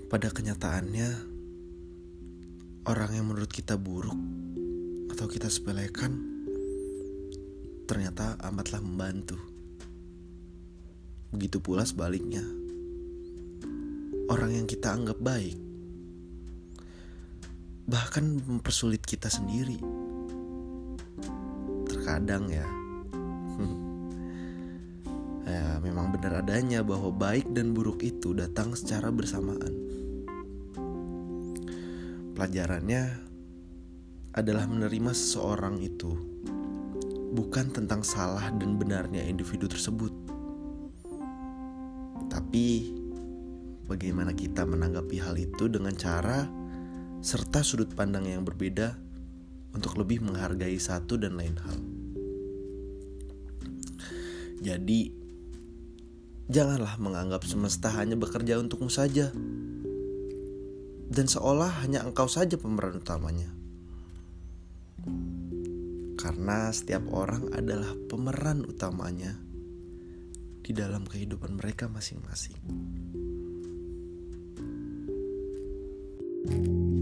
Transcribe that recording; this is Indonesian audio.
Pada kenyataannya, orang yang menurut kita buruk atau kita sepelekan ternyata amatlah membantu. Begitu pula sebaliknya, orang yang kita anggap baik bahkan mempersulit kita sendiri. Terkadang ya memang benar adanya bahwa baik dan buruk itu datang secara bersamaan. Pelajarannya adalah menerima seseorang itu bukan tentang salah dan benarnya individu tersebut, tapi bagaimana kita menanggapi hal itu dengan cara serta sudut pandang yang berbeda untuk lebih menghargai satu dan lain hal. Jadi, janganlah menganggap semesta hanya bekerja untukmu saja, dan seolah hanya engkau saja pemeran utamanya. Karena setiap orang adalah pemeran utamanya di dalam kehidupan mereka masing-masing.